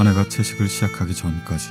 아내가 채식을 시작하기 전까지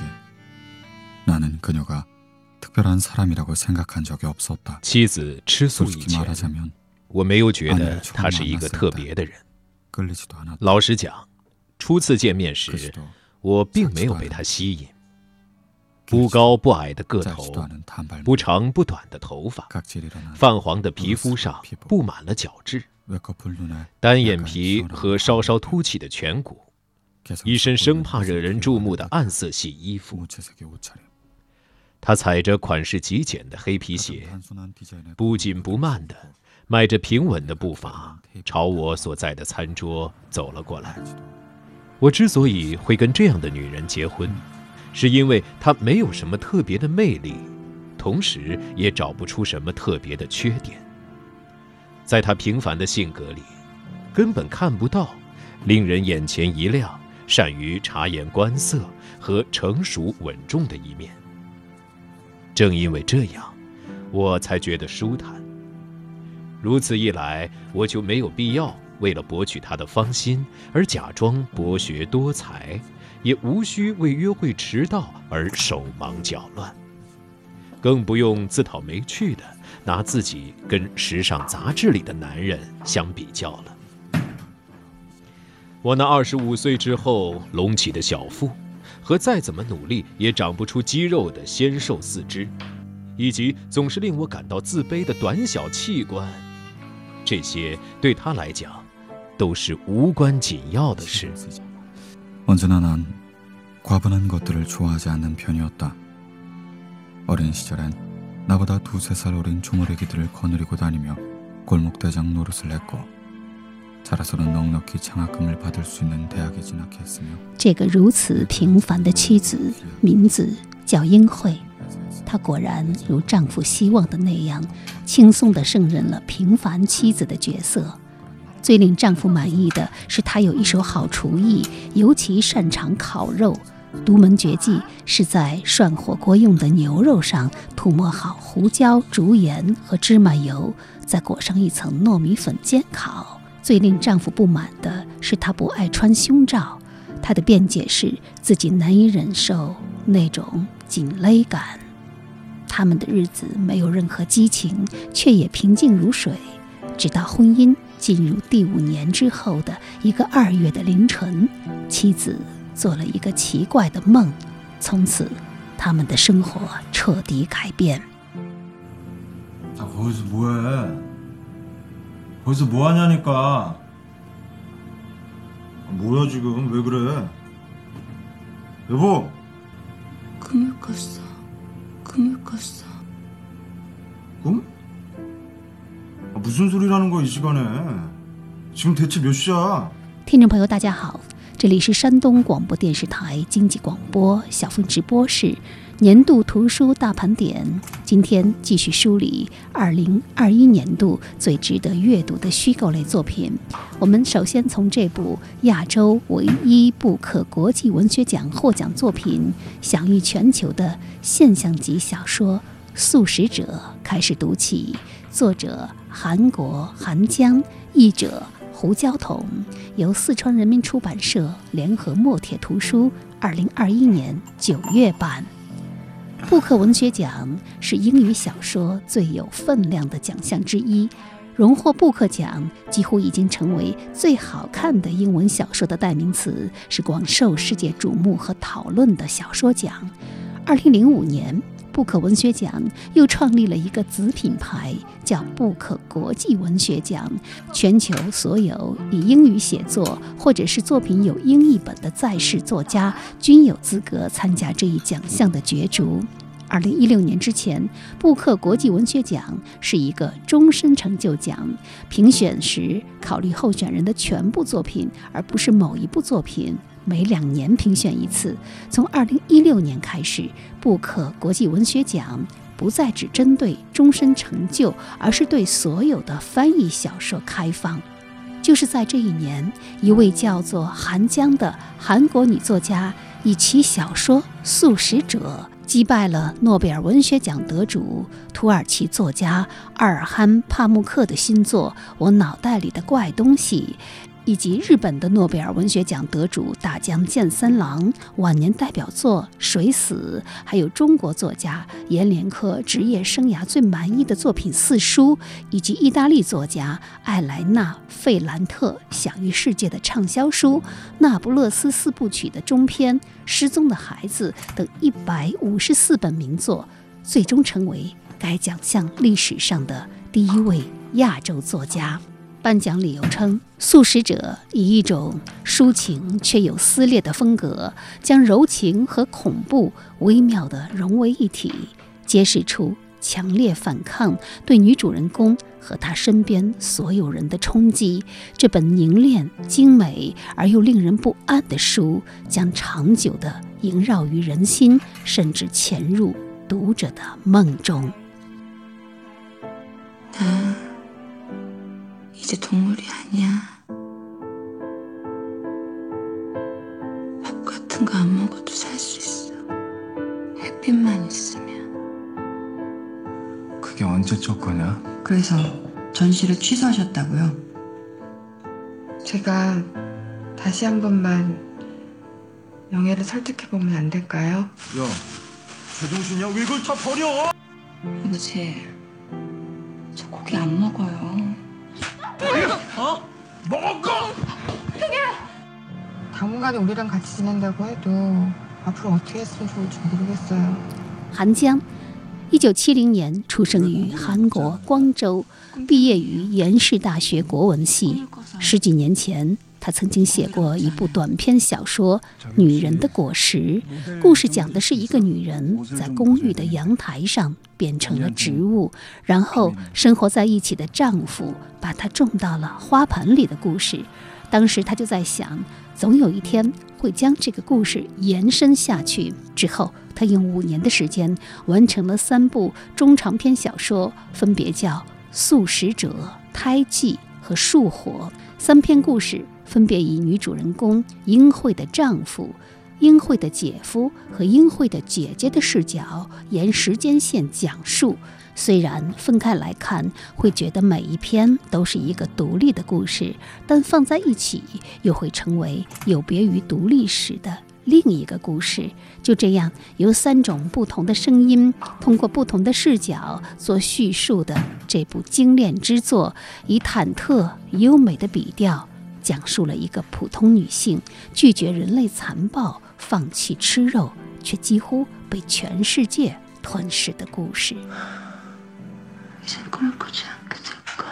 나는 그녀가 특별한 사람이라고 생각한 적이 없었다. 妻子吃素以 솔직히 前， 말하자면 我没有觉 아내를 得 처음 她是一个 만났을 特 때 别的人。 끌리지도 않았다. 老实讲，初次见面时， 그지도 我并没有被她吸引。不高不矮的个头， 짧지도 않은 단발머리, 不长不短的头发， 각질이 일어난 泛黄的皮肤上布满了角质， 외꺼풀 눈에 单眼皮和稍稍凸起的颧骨， 一身生怕惹人注目的暗色系衣服。 무채색의 옷차림. 他踩着款式极简的黑皮鞋， 단순한 디자인의 不紧不慢地迈着平稳的步伐，朝我所在的餐桌走了过来。我之所以会跟这样的女人结婚，是因为她没有什么特别的魅力，同时也找不出什么特别的缺点。在她平凡的性格里，根本看不到令人眼前一亮、善于察言观色和成熟稳重的一面。正因为这样，我才觉得舒坦。如此一来，我就没有必要为了博取她的芳心而假装博学多才，也无需为约会迟到而手忙脚乱，更不用自讨没趣的拿自己跟时尚杂志里的男人相比较了。我那25岁之后隆起的小腹，和再怎么努力也长不出肌肉的纤瘦四肢，以及总是令我感到自卑的短小器官，这些对他来讲都是无关紧要的事。 언제나 난 과분한 것들을 좋아하지 않는 편이었다. 어린 시절엔 나보다 2~3살 어린 종어리기들을 거느리고 다니며 골목대장 노릇을 했고 자라서는 넉넉히 장학금을 받을 수 있는 대학에 진학했으며 这个如此平凡的妻子名字叫英惠，她果然如丈夫希望的那样，轻松地胜任了平凡妻子的角色。最令丈夫满意的是，她有一手好厨艺，尤其擅长烤肉。独门绝技是在涮火锅用的牛肉上涂抹好胡椒、竹盐和芝麻油，再裹上一层糯米粉煎烤。最令丈夫不满的是，她不爱穿胸罩。她的辩解是自己难以忍受那种紧勒感。他们的日子没有任何激情，却也平静如水，直到婚姻进入第5年之后的一个2月的凌晨，妻子做了一个奇怪的梦，从此他们的生活彻底改变。 거기서 뭐해? 거기서 뭐하냐니까. 뭐야 지금 왜 그래? 여보. 꿈을 꿨어. 꿈을 꿨어. 꿈? 무슨 소리라는 거야 이 시간에? 지금 대체 몇 시야? 听众朋友大家好，这里是山东广播电视台经济广播小凤直播室年度图书大盘点。今天继续梳理2021年度最值得阅读的虚构类作品。我们首先从这部亚洲唯一布克国际文学奖获奖作品，享誉全球的现象级小说《素食者》开始读起。作者韩国韩江，译者胡椒筒，由四川人民出版社联合墨铁图书2021年9月版。布克文学奖是英语小说最有分量的奖项之一，荣获布克奖几乎已经成为最好看的英文小说的代名词，是广受世界瞩目和讨论的小说奖。2005年布克文学奖又创立了一个子品牌，叫布克国际文学奖，全球所有以英语写作或者是作品有英译本的在世作家均有资格参加这一奖项的角逐。2016年之前，布克国际文学奖是一个终身成就奖，评选时考虑候选人的全部作品，而不是某一部作品，每2年评选一次。从2016年开始，布克国际文学奖不再只针对终身成就，而是对所有的翻译小说开放。就是在这一年，一位叫做韩江的韩国女作家以其小说《素食者》击败了诺贝尔文学奖得主土耳其作家阿尔罕帕穆克的新作《我脑袋里的怪东西》， 以及日本的诺贝尔文学奖得主大江健三郎晚年代表作《水死》，还有中国作家阎连科职业生涯最满意的作品《四书》，以及意大利作家艾莱纳·费兰特享誉世界的畅销书《那不勒斯四部曲》的中篇《失踪的孩子》等154本名作，最终成为该奖项历史上的第一位亚洲作家。颁奖理由称，素食者以一种抒情却有撕裂的风格，将柔情和恐怖微妙地融为一体，揭示出强烈反抗对女主人公和她身边所有人的冲击。这本凝练、精美而又令人不安的书，将长久地萦绕于人心，甚至潜入读者的梦中。 이제 동물이 아니야. 밥 같은 거 안 먹어도 살 수 있어. 햇빛만 있으면. 그게 언제적 거냐? 그래서 전시를 취소하셨다고요? 제가 다시 한 번만 영애를 설득해보면 안 될까요? 야, 제정신이야? 왜 이걸 다 버려? 아버지, 저 고기 안 먹어요. 먹어! 당분간은 우리랑 같이 지낸다고 해도 앞으로 어떻게 했으면 좋을지 모르겠어요. 韩江1970年出生于韩国光州，毕业于延世大学国文系。10几年前，他曾经写过一部短篇小说《女人的果实》，故事讲的是一个女人在公寓的阳台上变成了植物，然后生活在一起的丈夫把她种到了花盆里的故事。当时他就在想，总有一天会将这个故事延伸下去。之后他用5年的时间完成了3部中长篇小说，分别叫《素食者》、《胎记》和《树火》。3篇故事分别以女主人公英惠的丈夫、英惠的姐夫和英惠的姐姐的视角沿时间线讲述。虽然分开来看会觉得每一篇都是一个独立的故事，但放在一起又会成为有别于独立史的另一个故事。就这样，由3种不同的声音，通过不同的视角做叙述的这部精炼之作，以忐忑优美的笔调，讲述了一个普通女性拒绝人类残暴，放弃吃肉，却几乎被全世界吞噬的故事。 이젠 꿈을 꾸지 않게 될까.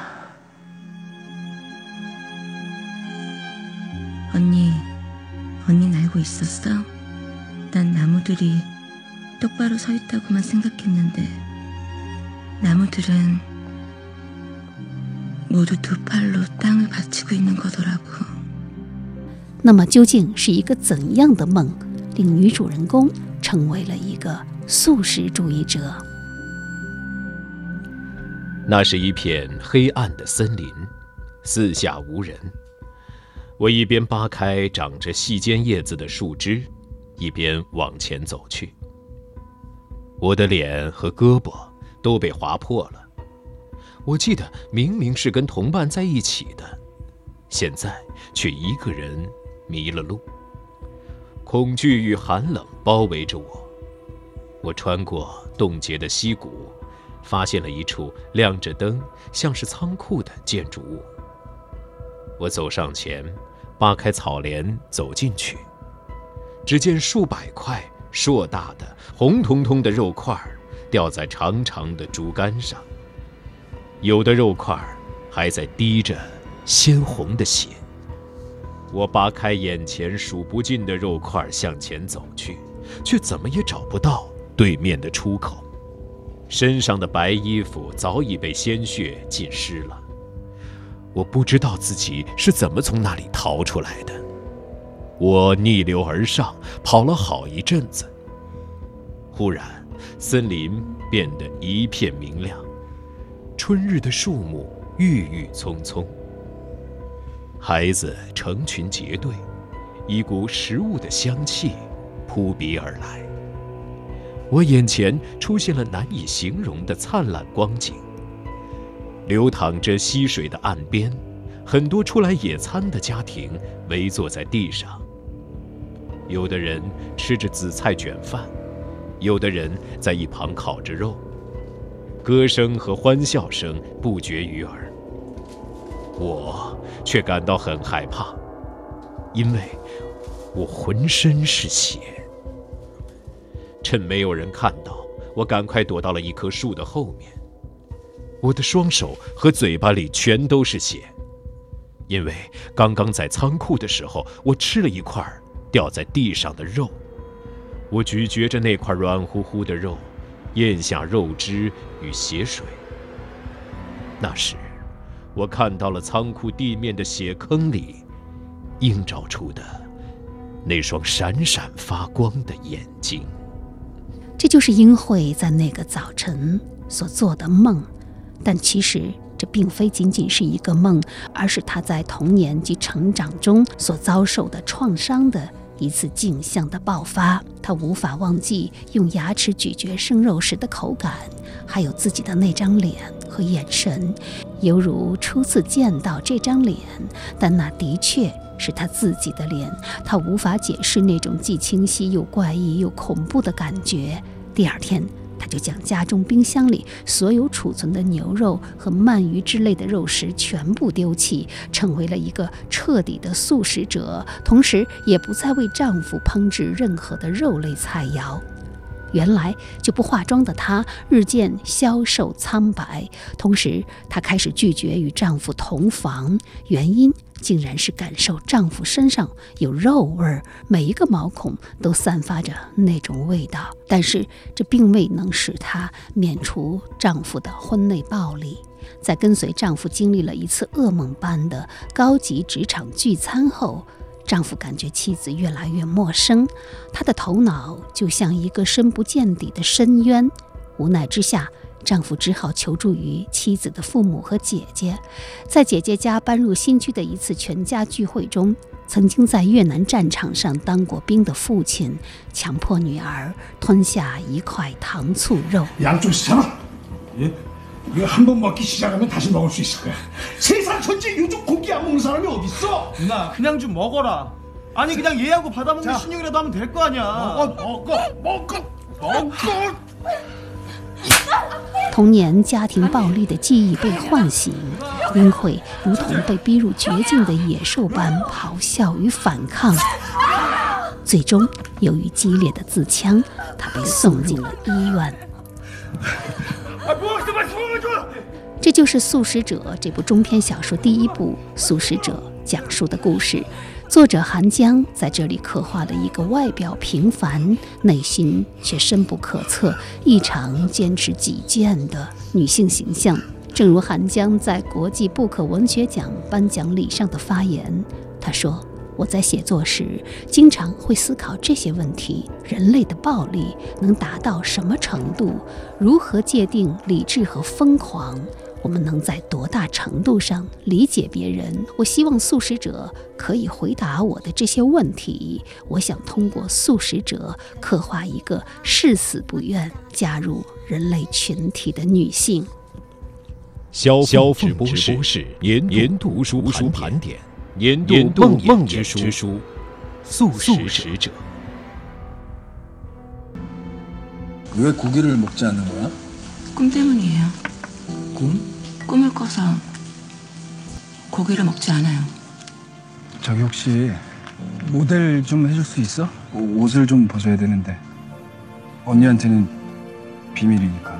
언니는 알고 있었어? 난 나무들이 똑바로 서 있다고만 생각했는데 나무들은 모두 2팔로 땅을 받치고 있는 거더라고. 那么究竟是一个怎样的梦，令女主人公成为了一个素食主义者？ 那是一片黑暗的森林，四下无人。我一边扒开长着细尖叶子的树枝，一边往前走去。我的脸和胳膊都被划破了。我记得明明是跟同伴在一起的，现在却一个人迷了路。恐惧与寒冷包围着我。我穿过冻结的溪谷。 发现了一处亮着灯、像是仓库的建筑物。我走上前，扒开草帘走进去，只见数百块硕大的、红彤彤的肉块吊在长长的竹竿上，有的肉块还在滴着鲜红的血。我扒开眼前数不尽的肉块向前走去，却怎么也找不到对面的出口。 身上的白衣服早已被鲜血浸湿了，我不知道自己是怎么从那里逃出来的。我逆流而上，跑了好一阵子。忽然，森林变得一片明亮，春日的树木郁郁葱葱。孩子成群结队，一股食物的香气扑鼻而来。 我眼前出现了难以形容的灿烂光景。流淌着溪水的岸边， 很多出来野餐的家庭围坐在地上，有的人吃着紫菜卷饭，有的人在一旁烤着肉，歌声和欢笑声不绝于耳。我却感到很害怕，因为我浑身是血。趁没有人看到，我赶快躲到了一棵树的后面。我的双手和嘴巴里全都是血，因为刚刚在仓库的时候，我吃了一块掉在地上的肉。我咀嚼着那块软乎乎的肉，咽下肉汁与血水。那时，我看到了仓库地面的血坑里映照出的那双闪闪发光的眼睛。 这就是英惠在那个早晨所做的梦，但其实这并非仅仅是一个梦，而是她在童年及成长中所遭受的创伤的一次镜像的爆发。她无法忘记用牙齿咀嚼生肉时的口感，还有自己的那张脸和眼神，犹如初次见到这张脸，但那的确是他自己的脸。他无法解释那种既清晰又怪异又恐怖的感觉。第二天，他就将家中冰箱里所有储存的牛肉和鳗鱼之类的肉食全部丢弃，成为了一个彻底的素食者，同时也不再为丈夫烹制任何的肉类菜肴。原来就不化妆的她日渐消瘦苍白，同时她开始拒绝与丈夫同房，原因竟然是感受丈夫身上有肉味儿，每一个毛孔都散发着那种味道。但是这并未能使她免除丈夫的婚内暴力。在跟随丈夫经历了一次噩梦般的高级职场聚餐后，丈夫感觉妻子越来越陌生，他的头脑就像一个深不见底的深渊。无奈之下，丈夫只好求助于妻子的父母和姐姐。在姐姐家搬入新居的一次全家聚会中，曾经在越南战场上当过兵的父亲强迫女儿吞下一块糖醋肉。 양쪽 시잖아. 예? 이거 한 번 먹기 시작하면 다시 먹을 수 있을 거야. 세상 전체 요즘 고기 안 먹는 사람이 어딨어? 누나 그냥 좀 먹어라. 아니 그냥 얘하고 받아먹는 신용이라도 하면 될 거 아니야. 먹어. 童年家庭暴力的记忆被唤醒，英惠如同被逼入绝境的野兽般咆哮与反抗，最终由于激烈的自枪，她被送进了医院。这就是《素食者》这部中篇小说第一部《素食者》讲述的故事。作者韩江在这里刻画了一个外表平凡、内心却深不可测、异常坚持己见的女性形象。正如韩江在国际布克文学奖颁奖礼上的发言，他说：“我在写作时经常会思考这些问题：人类的暴力能达到什么程度？如何界定理智和疯狂？我们能在多大程度上理解别人？我希望素食者可以回答我的这些问题。我想通过素食者刻画一个誓死不愿加入人类群体的女性。” 萧直播室年度书盘点，年度梦魇之书《素食者》。 왜 고기를 먹지 않는 거야? 꿈 때문이에요. 꿈? 꿈을 꿔서 고기를 먹지 않아요. 저기 혹시 모델 좀 해줄 수 있어? 옷을 좀 벗어야 되는데 언니한테는 비밀이니까.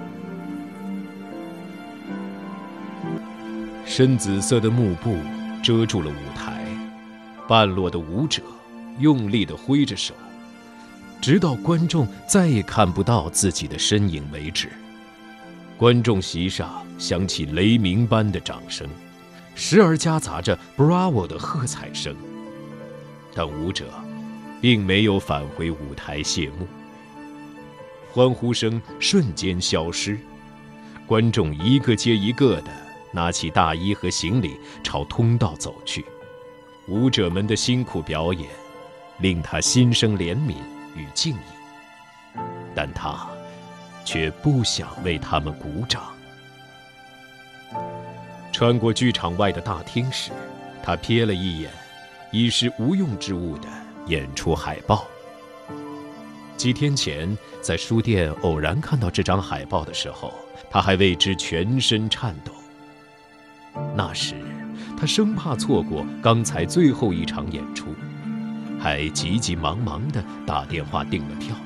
深紫色的幕布遮住了舞台，半裸的舞者用力地挥着手，直到观众再也看不到自己的身影为止。观众席上响起雷鸣般的掌声，时而夹杂着 Bravo 的喝彩声，但舞者并没有返回舞台谢幕。欢呼声瞬间消失，观众一个接一个的拿起大衣和行李朝通道走去。舞者们的辛苦表演令他心生怜悯与敬意，但他却不想为他们鼓掌。 穿过剧场外的大厅时，他瞥了一眼已是无用之物的演出海报。几天前在书店偶然看到这张海报的时候，他还为之全身颤抖。那时他生怕错过刚才最后一场演出，还急急忙忙地打电话订了票。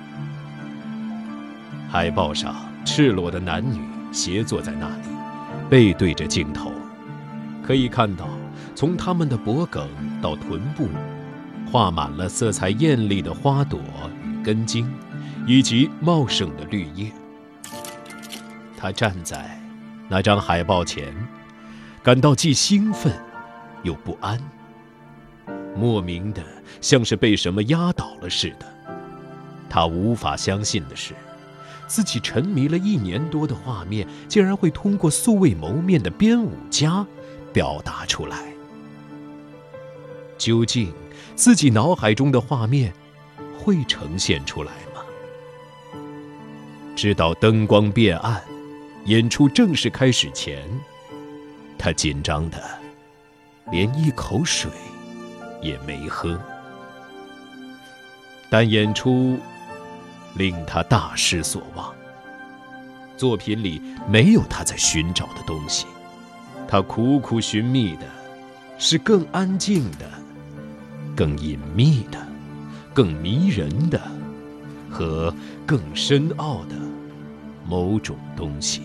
海报上赤裸的男女斜坐在那里，背对着镜头，可以看到从他们的脖颈到臀部画满了色彩艳丽的花朵与根茎，以及茂盛的绿叶。他站在那张海报前，感到既兴奋又不安，莫名的像是被什么压倒了似的。他无法相信的是，自己沉迷了1年多的画面，竟然会通过素未谋面的编舞家表达出来。究竟自己脑海中的画面会呈现出来吗？直到灯光变暗，演出正式开始前，他紧张的连一口水也没喝。但演出令他大失所望，作品里没有他在寻找的东西，他苦苦寻觅的是更安静的、更隐秘的、更迷人的和更深奥的某种东西。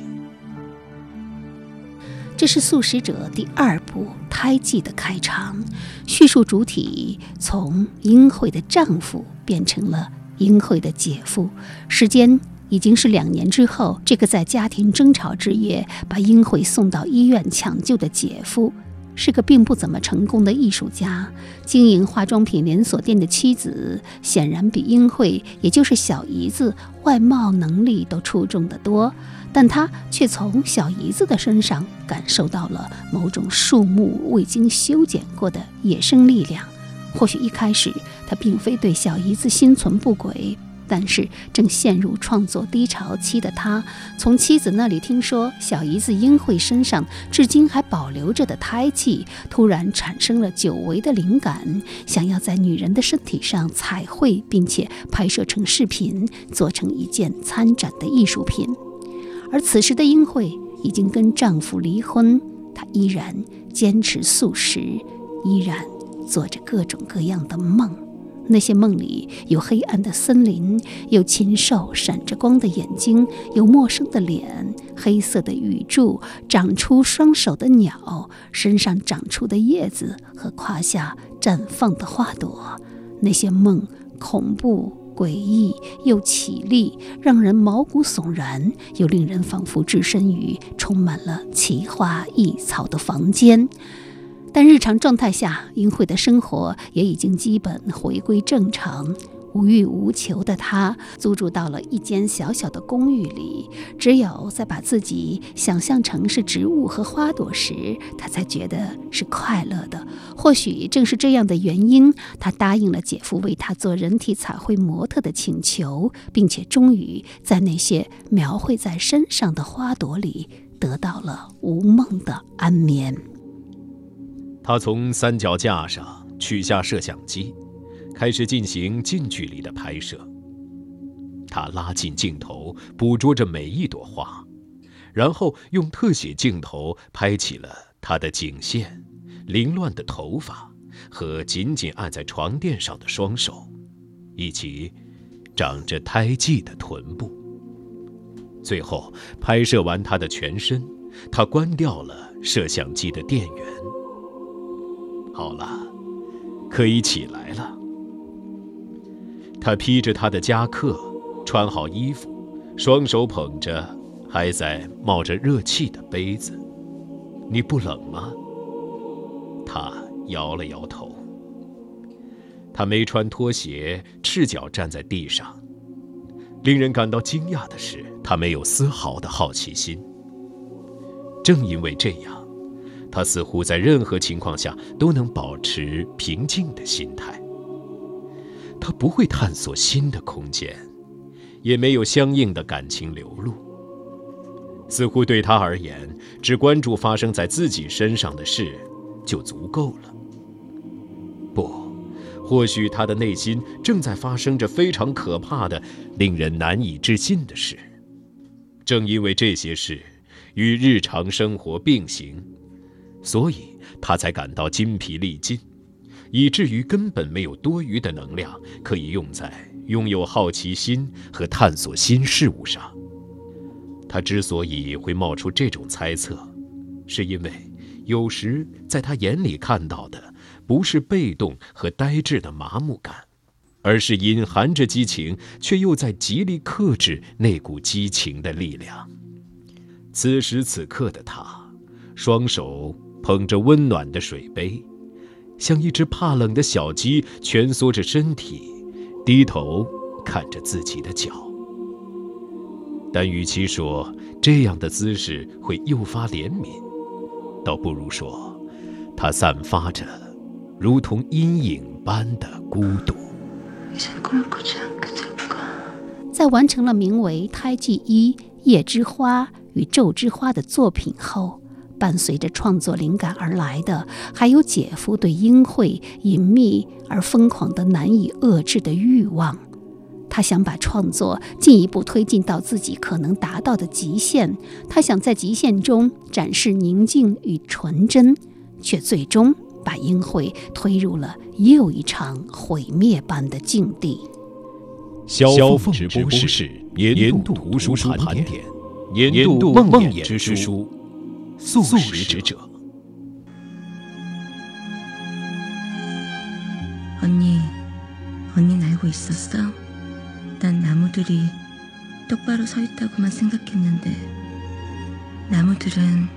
这是《素食者》第2部《胎记》的开场，叙述主体从英惠的丈夫变成了英惠的姐夫，时间已经是2年之后。这个在家庭争吵之夜把英惠送到医院抢救的姐夫，是个并不怎么成功的艺术家。经营化妆品连锁店的妻子显然比英惠，也就是小姨子，外貌能力都出众得多，但他却从小姨子的身上感受到了某种树木未经修剪过的野生力量。或许一开始他并非对小姨子心存不轨，但是正陷入创作低潮期的他，从妻子那里听说小姨子英惠身上至今还保留着的胎记，突然产生了久违的灵感，想要在女人的身体上彩绘，并且拍摄成视频，做成一件参展的艺术品。而此时的英惠已经跟丈夫离婚，她依然坚持素食，依然做着各种各样的梦。那些梦里有黑暗的森林，有禽兽闪着光的眼睛，有陌生的脸，黑色的雨柱，长出双手的鸟，身上长出的叶子和胯下绽放的花朵。那些梦恐怖诡异又绮丽，让人毛骨悚然，又令人仿佛置身于充满了奇花异草的房间。但日常状态下，英惠的生活也已经基本回归正常。无欲无求的她租住到了一间小小的公寓里，只有在把自己想象成是植物和花朵时，她才觉得是快乐的。或许正是这样的原因，她答应了姐夫为她做人体彩绘模特的请求，并且终于在那些描绘在身上的花朵里得到了无梦的安眠。 他从三脚架上取下摄像机，开始进行近距离的拍摄。他拉近镜头，捕捉着每一朵花，然后用特写镜头拍起了他的颈线、凌乱的头发和紧紧按在床垫上的双手，以及长着胎记的臀部。最后拍摄完他的全身，他关掉了摄像机的电源。好了，可以起来了。他披着他的夹克，穿好衣服，双手捧着还在冒着热气的杯子。你不冷吗？他摇了摇头。他没穿拖鞋，赤脚站在地上。令人感到惊讶的是，他没有丝毫的好奇心。正因为这样，他似乎在任何情况下都能保持平静的心态。他不会探索新的空间，也没有相应的感情流露。 似乎对他而言，只关注发生在自己身上的事就足够了。不，或许他的内心正在发生着非常可怕的、令人难以置信的事。正因为这些事与日常生活并行，所以他才感到筋疲力尽，以至于根本没有多余的能量可以用在拥有好奇心和探索新事物上。他之所以会冒出这种猜测，是因为有时在他眼里看到的不是被动和呆滞的麻木感，而是隐含着激情却又在极力克制那股激情的力量。此时此刻的他，双手捧着温暖的水杯，像一只怕冷的小鸡蜷缩着身体，低头看着自己的脚。但与其说这样的姿势会诱发怜悯，倒不如说它散发着如同阴影般的孤独。 在完成了名为《胎记一夜之花与昼之花》的作品后，伴随着创作灵感而来的，还有姐夫对英惠隐秘而疯狂的难以遏制的欲望。他想把创作进一步推进到自己可能达到的极限，他想在极限中展示宁静与纯真，却最终把英惠推入了又一场毁灭般的境地。 小凤直播室年度图书盘点，年度梦魇之书《素食者》。 언니는 알고 있었어? 난 나무들이 똑바로 서 있다고만 생각했는데 나무들은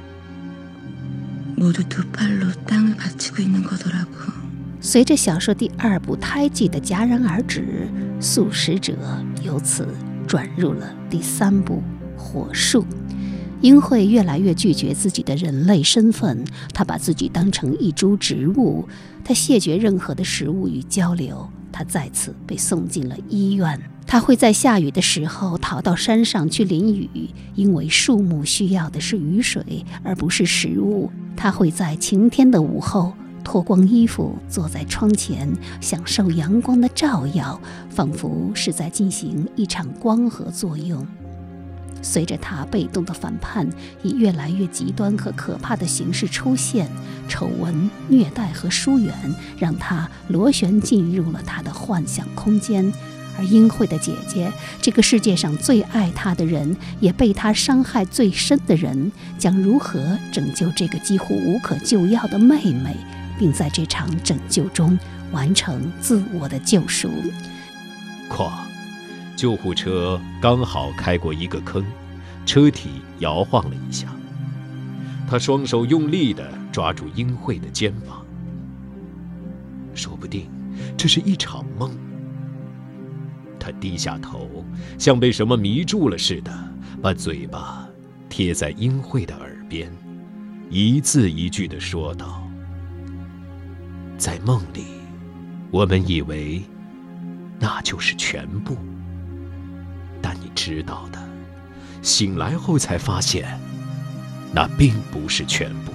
모두 두 팔로 땅을 받치고 있는 거더라고. 随着小说第2部胎记的戛然而止，素食者由此转入了第3部火树。英惠越来越拒绝自己的人类身份，她把自己当成一株植物，她谢绝任何的食物与交流。她再次被送进了医院。她会在下雨的时候逃到山上去淋雨，因为树木需要的是雨水，而不是食物。她会在晴天的午后脱光衣服，坐在窗前，享受阳光的照耀，仿佛是在进行一场光合作用。随着他被动的反叛以越来越极端和可怕的形式出现，丑闻、虐待和疏远让他螺旋进入了他的幻想空间。而英惠的姐姐，这个世界上最爱她的人，也被她伤害最深的人，将如何拯救这个几乎无可救药的妹妹，并在这场拯救中完成自我的救赎。 救护车刚好开过一个坑，车体摇晃了一下。他双手用力地抓住英惠的肩膀。说不定这是一场梦。他低下头，像被什么迷住了似的，把嘴巴贴在英惠的耳边，一字一句地说道：“在梦里，我们以为那就是全部。但你知道的，醒来后才发现，那并不是全部。”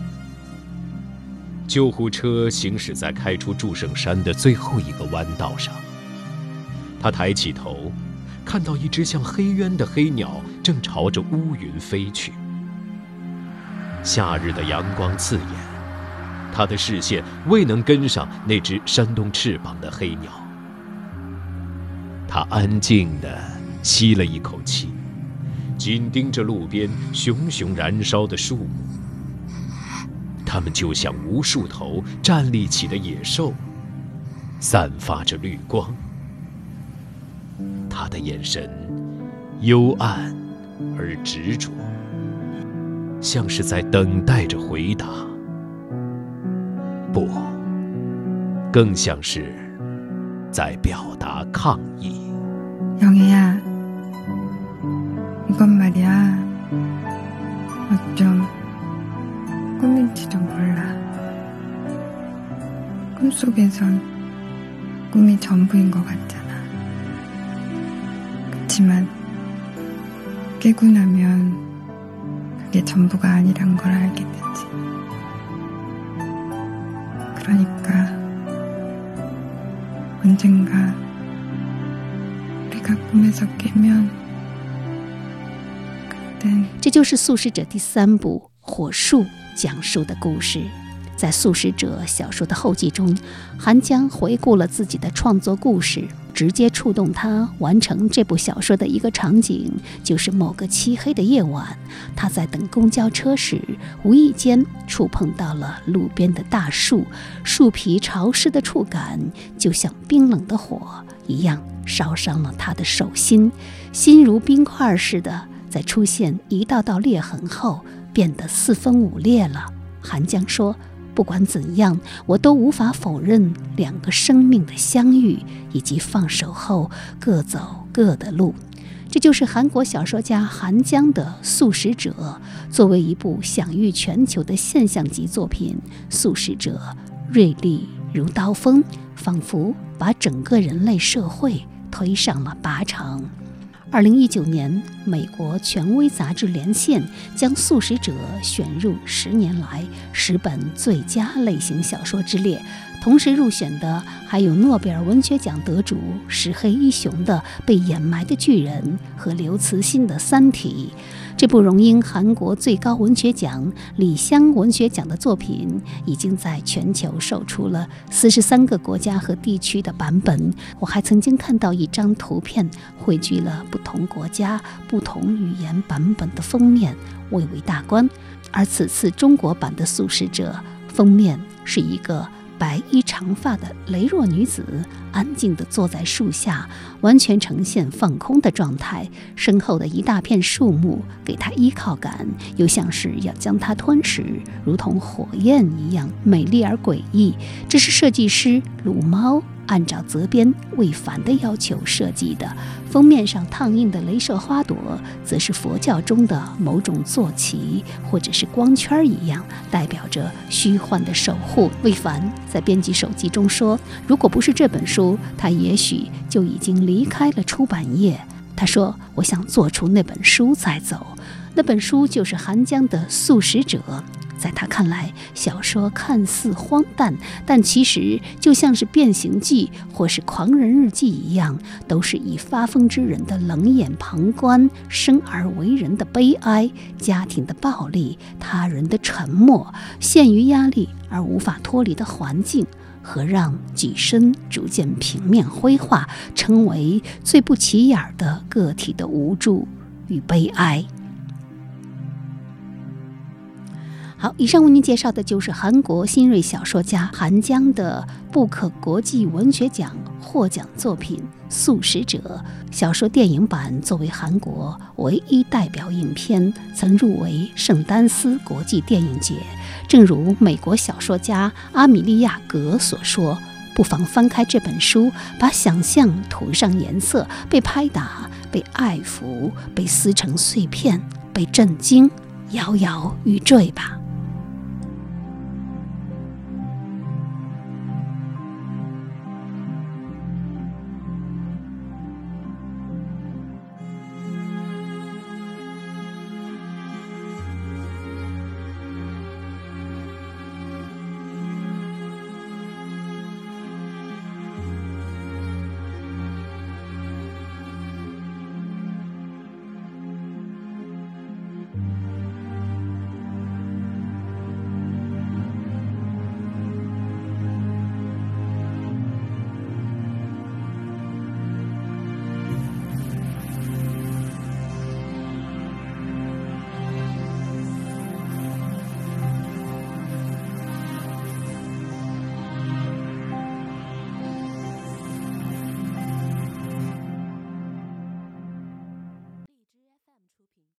救护车行驶在开出祝圣山的最后一个弯道上，他抬起头，看到一只像黑鸢的黑鸟正朝着乌云飞去。夏日的阳光刺眼，他的视线未能跟上那只扇动翅膀的黑鸟。他安静地吸了一口气，紧盯着路边熊熊燃烧的树木，它们就像无数头站立起的野兽，散发着绿光。他的眼神幽暗而执着，像是在等待着回答，不，更像是在表达抗议。 영애야, 이건 말이야. 어쩜 꿈인지도 몰라. 꿈속에선 꿈이 전부인 것 같잖아. 그치만 깨고 나면 이게 전부가 아니란 걸 알게 되지. 그러니까 언젠가 우리가 꿈에서 깨면 그땐 这就是《素食者》第3部《火树》讲述的故事。在《素食者》小说的后记中，韩江回顾了自己的创作故事，直接触动他完成这部小说的一个场景，就是某个漆黑的夜晚，他在等公交车时，无意间触碰到了路边的大树，树皮潮湿的触感就像冰冷的火一样，烧伤了他的手心，心如冰块似的，在出现一道道裂痕后，变得4分5裂了。韩江说，不管怎样，我都无法否认2个生命的相遇，以及放手后各走各的路。这就是韩国小说家韩江的《素食者》。作为一部享誉全球的现象级作品，《素食者》锐利如刀锋，仿佛把整个人类社会推上了靶场。2019年，美国权威杂志《连线》将《素食者》选入10年来10本最佳类型小说之列，同时入选的还有诺贝尔文学奖得主石黑一雄的《被掩埋的巨人》和刘慈欣的《三体》。这部荣膺韩国最高文学奖李湘文学奖的作品，已经在全球售出了43个国家和地区的版本。我还曾经看到一张图片，汇聚了不同国家、不同语言版本的封面，蔚为大观。而此次中国版的《素食者》封面是一个白衣长发的羸弱女子，安静地坐在树下，完全呈现放空的状态。身后的一大片树木给她依靠感，又像是要将她吞噬，如同火焰一样美丽而诡异。这是设计师鲁猫按照责编魏凡的要求设计的。封面上烫印的镭射花朵，则是佛教中的某种坐骑或者是光圈一样，代表着虚幻的守护。魏凡在编辑手记中说，如果不是这本书，他也许就已经离开了出版业。他说，我想做出那本书再走。那本书就是韩江的《素食者》。在他看来，小说看似荒诞，但其实就像是《变形记》或是《狂人日记》一样，都是以发疯之人的冷眼旁观、生而为人的悲哀、家庭的暴力、他人的沉默、陷于压力而无法脱离的环境，和让己身逐渐平面灰化，成为最不起眼的个体的无助与悲哀。好，以上为您介绍的就是韩国新锐小说家韩江的布克国际文学奖获奖作品《素食者》。小说电影版作为韩国唯一代表影片，曾入围圣丹斯国际电影节。正如美国小说家阿米莉亚·格所说，不妨翻开这本书，把想象涂上颜色，被拍打，被爱抚，被撕成碎片，被震惊，摇摇欲坠吧。